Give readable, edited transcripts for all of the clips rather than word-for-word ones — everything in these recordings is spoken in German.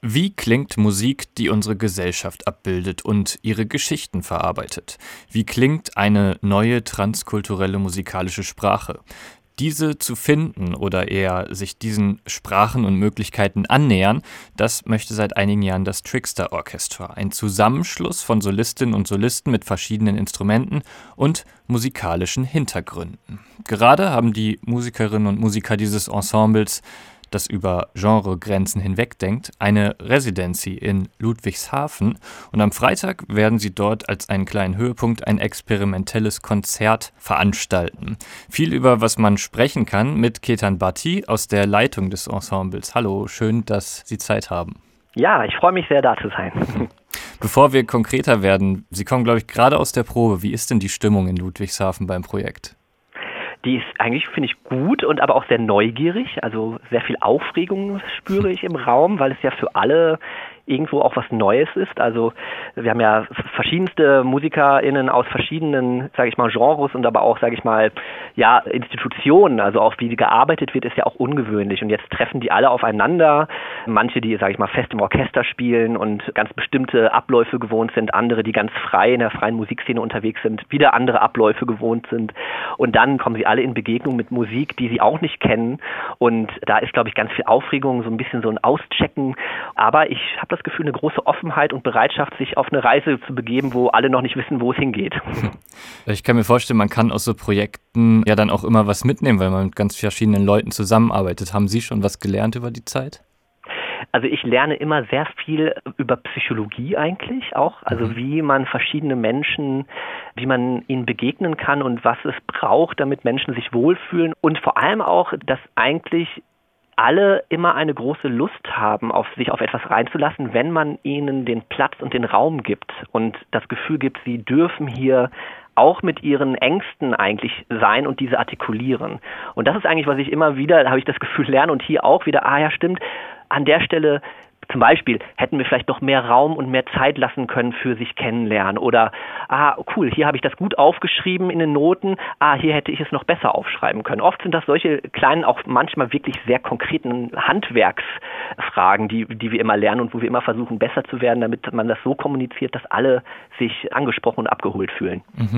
Wie klingt Musik, die unsere Gesellschaft abbildet und ihre Geschichten verarbeitet? Wie klingt eine neue transkulturelle musikalische Sprache? Diese zu finden oder eher sich diesen Sprachen und Möglichkeiten annähern, das möchte seit einigen Jahren das Trixter Orchestra, ein Zusammenschluss von Solistinnen und Solisten mit verschiedenen Instrumenten und musikalischen Hintergründen. Gerade haben die Musikerinnen und Musiker dieses Ensembles, das über Genregrenzen hinwegdenkt, eine Residency in Ludwigshafen und am Freitag werden sie dort als einen kleinen Höhepunkt ein experimentelles Konzert veranstalten. Viel über was man sprechen kann mit Ketan Bhatti aus der Leitung des Ensembles. Hallo, schön, dass Sie Zeit haben. Ja, ich freue mich sehr, da zu sein. Bevor wir konkreter werden, Sie kommen, glaube ich, gerade aus der Probe. Wie ist denn die Stimmung in Ludwigshafen beim Projekt? Die ist eigentlich, finde ich, gut und aber auch sehr neugierig. Also sehr viel Aufregung spüre ich im Raum, weil es ja für alle irgendwo auch was Neues ist. Also wir haben ja verschiedenste MusikerInnen aus verschiedenen, sage ich mal, Genres und aber auch, sage ich mal, ja, Institutionen. Also auch wie gearbeitet wird, ist ja auch ungewöhnlich. Und jetzt treffen die alle aufeinander. Manche, die, sage ich mal, fest im Orchester spielen und ganz bestimmte Abläufe gewohnt sind. Andere, die ganz frei in der freien Musikszene unterwegs sind, wieder andere Abläufe gewohnt sind. Und dann kommen sie alle in Begegnung mit Musik, die sie auch nicht kennen. Und da ist, glaube ich, ganz viel Aufregung, so ein bisschen so ein Auschecken. Aber ich habe das Gefühl, eine große Offenheit und Bereitschaft, sich auf eine Reise zu begeben, wo alle noch nicht wissen, wo es hingeht. Ich kann mir vorstellen, man kann aus so Projekten ja dann auch immer was mitnehmen, weil man mit ganz verschiedenen Leuten zusammenarbeitet. Haben Sie schon was gelernt über die Zeit? Also ich lerne immer sehr viel über Psychologie eigentlich auch, also wie man verschiedene Menschen, wie man ihnen begegnen kann und was es braucht, damit Menschen sich wohlfühlen und vor allem auch, dass eigentlich alle immer eine große Lust haben, sich auf etwas reinzulassen, wenn man ihnen den Platz und den Raum gibt und das Gefühl gibt, sie dürfen hier auch mit ihren Ängsten eigentlich sein und diese artikulieren. Und das ist eigentlich, was ich immer wieder, habe ich das Gefühl, lerne und hier auch wieder, ja stimmt, an der Stelle zum Beispiel hätten wir vielleicht noch mehr Raum und mehr Zeit lassen können für sich kennenlernen oder, cool, hier habe ich das gut aufgeschrieben in den Noten, hier hätte ich es noch besser aufschreiben können. Oft sind das solche kleinen, auch manchmal wirklich sehr konkreten Handwerksfragen, die wir immer lernen und wo wir immer versuchen, besser zu werden, damit man das so kommuniziert, dass alle sich angesprochen und abgeholt fühlen.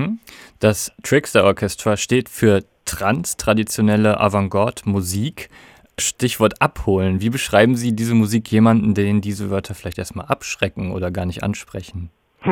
Das Trixter Orchestra steht für traditionelle Avantgarde-Musik. Stichwort abholen. Wie beschreiben Sie diese Musik jemanden, den diese Wörter vielleicht erstmal abschrecken oder gar nicht ansprechen?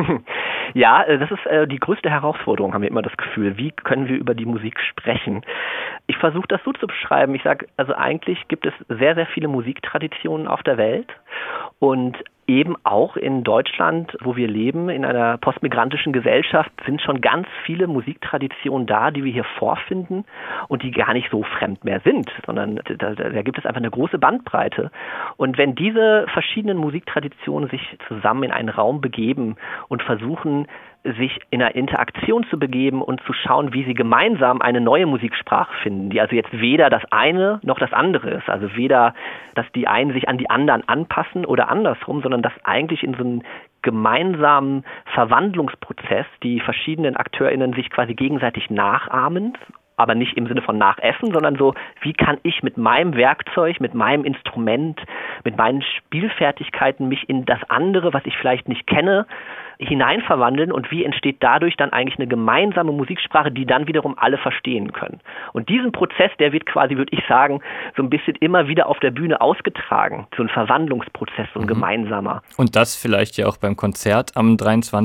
Ja, das ist die größte Herausforderung, haben wir immer das Gefühl. Wie können wir über die Musik sprechen? Ich versuche das so zu beschreiben. Ich sage, also eigentlich gibt es sehr, sehr viele Musiktraditionen auf der Welt und eben auch in Deutschland, wo wir leben, in einer postmigrantischen Gesellschaft, sind schon ganz viele Musiktraditionen da, die wir hier vorfinden und die gar nicht so fremd mehr sind, sondern da gibt es einfach eine große Bandbreite. Und wenn diese verschiedenen Musiktraditionen sich zusammen in einen Raum begeben und versuchen, sich in einer Interaktion zu begeben und zu schauen, wie sie gemeinsam eine neue Musiksprache finden, die also jetzt weder das eine noch das andere ist. Also weder, dass die einen sich an die anderen anpassen oder andersrum, sondern dass eigentlich in so einem gemeinsamen Verwandlungsprozess die verschiedenen AkteurInnen sich quasi gegenseitig nachahmen, aber nicht im Sinne von nachäffen, sondern so, wie kann ich mit meinem Werkzeug, mit meinem Instrument, mit meinen Spielfertigkeiten mich in das andere, was ich vielleicht nicht kenne, hineinverwandeln und wie entsteht dadurch dann eigentlich eine gemeinsame Musiksprache, die dann wiederum alle verstehen können. Und diesen Prozess, der wird quasi, würde ich sagen, so ein bisschen immer wieder auf der Bühne ausgetragen. So ein Verwandlungsprozess, so ein gemeinsamer. Und das vielleicht ja auch beim Konzert am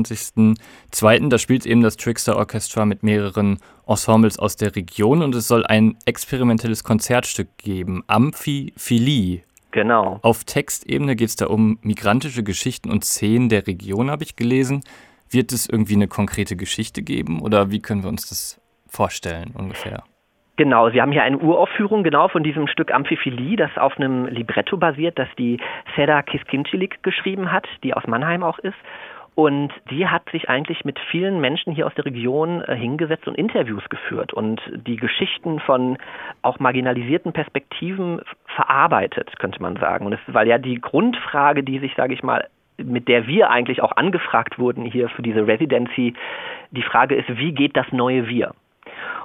23.02. Da spielt eben das Trixter Orchestra mit mehreren Ensembles aus der Region und es soll ein experimentelles Konzertstück geben, Amphiphilie. Genau. Auf Textebene geht es da um migrantische Geschichten und Szenen der Region, habe ich gelesen. Wird es irgendwie eine konkrete Geschichte geben oder wie können wir uns das vorstellen ungefähr? Genau, Sie haben hier eine Uraufführung genau von diesem Stück Amphiphilie, das auf einem Libretto basiert, das die Seda Kiskincilik geschrieben hat, die aus Mannheim auch ist. Und die hat sich eigentlich mit vielen Menschen hier aus der Region hingesetzt und Interviews geführt und die Geschichten von auch marginalisierten Perspektiven verarbeitet, könnte man sagen. Und weil ja die Grundfrage, die sich, sage ich mal, mit der wir eigentlich auch angefragt wurden hier für diese Residency, die Frage ist, wie geht das neue Wir?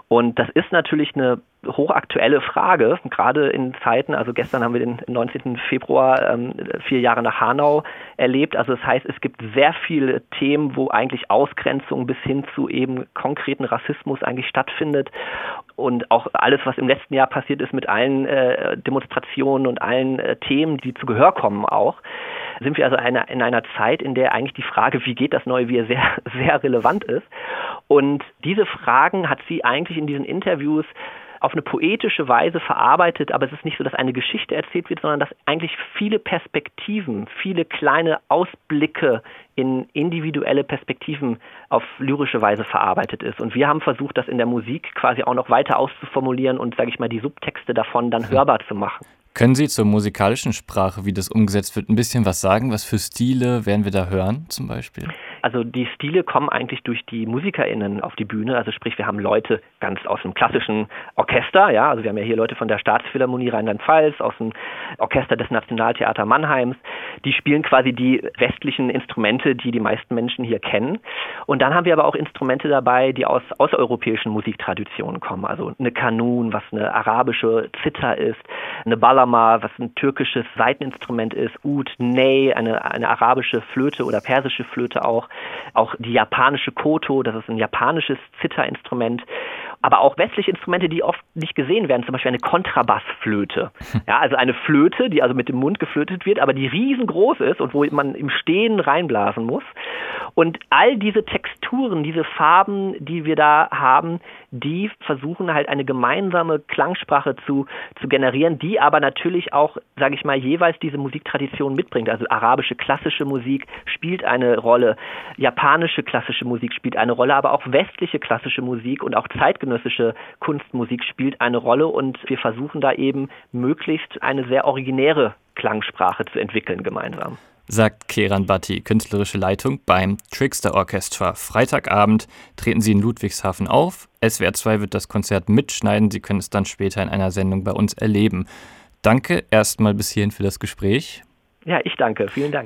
Und das ist natürlich eine hochaktuelle Frage, gerade in Zeiten, also gestern haben wir den 19. Februar, 4 Jahre nach Hanau erlebt. Also das heißt, es gibt sehr viele Themen, wo eigentlich Ausgrenzung bis hin zu eben konkreten Rassismus eigentlich stattfindet. Und auch alles, was im letzten Jahr passiert ist mit allen Demonstrationen und allen Themen, die zu Gehör kommen auch, sind wir also in einer Zeit, in der eigentlich die Frage, wie geht das neue Wir, sehr, sehr relevant ist. Und diese Fragen hat sie eigentlich in diesen Interviews auf eine poetische Weise verarbeitet, aber es ist nicht so, dass eine Geschichte erzählt wird, sondern dass eigentlich viele Perspektiven, viele kleine Ausblicke in individuelle Perspektiven auf lyrische Weise verarbeitet ist. Und wir haben versucht, das in der Musik quasi auch noch weiter auszuformulieren und, sage ich mal, die Subtexte davon dann hörbar zu machen. Können Sie zur musikalischen Sprache, wie das umgesetzt wird, ein bisschen was sagen? Was für Stile werden wir da hören zum Beispiel? Also die Stile kommen eigentlich durch die MusikerInnen auf die Bühne. Also sprich, wir haben Leute ganz aus dem klassischen Orchester, ja, also wir haben ja hier Leute von der Staatsphilharmonie Rheinland-Pfalz, aus dem Orchester des Nationaltheater Mannheims. Die spielen quasi die westlichen Instrumente, die die meisten Menschen hier kennen. Und dann haben wir aber auch Instrumente dabei, die aus außereuropäischen Musiktraditionen kommen. Also eine Kanun, was eine arabische Zither ist, eine Balama, was ein türkisches Saiteninstrument ist, Ud, Ney, eine arabische Flöte oder persische Flöte auch die japanische Koto, das ist ein japanisches Zitherinstrument, aber auch westliche Instrumente, die oft nicht gesehen werden, zum Beispiel eine Kontrabassflöte. Ja, also eine Flöte, die also mit dem Mund geflötet wird, aber die riesengroß ist und wo man im Stehen reinblasen muss. Und all diese Texturen, diese Farben, die wir da haben, die versuchen halt eine gemeinsame Klangsprache zu generieren, die aber natürlich auch, sage ich mal, jeweils diese Musiktradition mitbringt. Also arabische klassische Musik spielt eine Rolle, japanische klassische Musik spielt eine Rolle, aber auch westliche klassische Musik und auch zeitgenössische Kunstmusik spielt eine Rolle. Und wir versuchen da eben möglichst eine sehr originäre Klangsprache zu entwickeln gemeinsam. Sagt Keran Bhatti, künstlerische Leitung beim Trickster Orchestra. Freitagabend treten sie in Ludwigshafen auf. SWR 2 wird das Konzert mitschneiden. Sie können es dann später in einer Sendung bei uns erleben. Danke erstmal bis hierhin für das Gespräch. Ja, ich danke. Vielen Dank.